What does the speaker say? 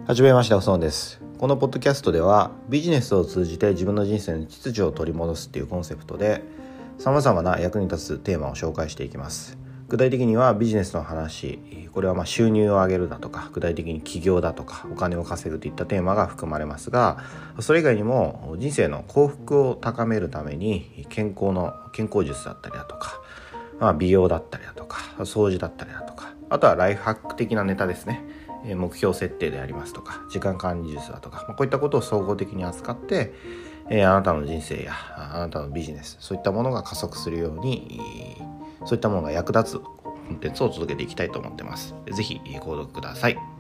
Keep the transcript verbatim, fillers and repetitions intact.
はじめまして、おそのです。このポッドキャストではビジネスを通じて自分の人生の秩序を取り戻すっていうコンセプトで様々な役に立つテーマを紹介していきます。具体的にはビジネスの話、これはまあ収入を上げるだとか、具体的に起業だとか、お金を稼ぐといったテーマが含まれますが、それ以外にも人生の幸福を高めるために健康の健康術だったりだとか、まあ、美容だったりだとか、掃除だったりだとか、あとはライフハック的なネタですね。目標設定でありますとか、時間管理術だとか、こういったことを総合的に扱って、えー、あなたの人生やあなたのビジネス、そういったものが加速するように、そういったものが役立つコンテンツを届けていきたいと思っています。ぜひ購読ください。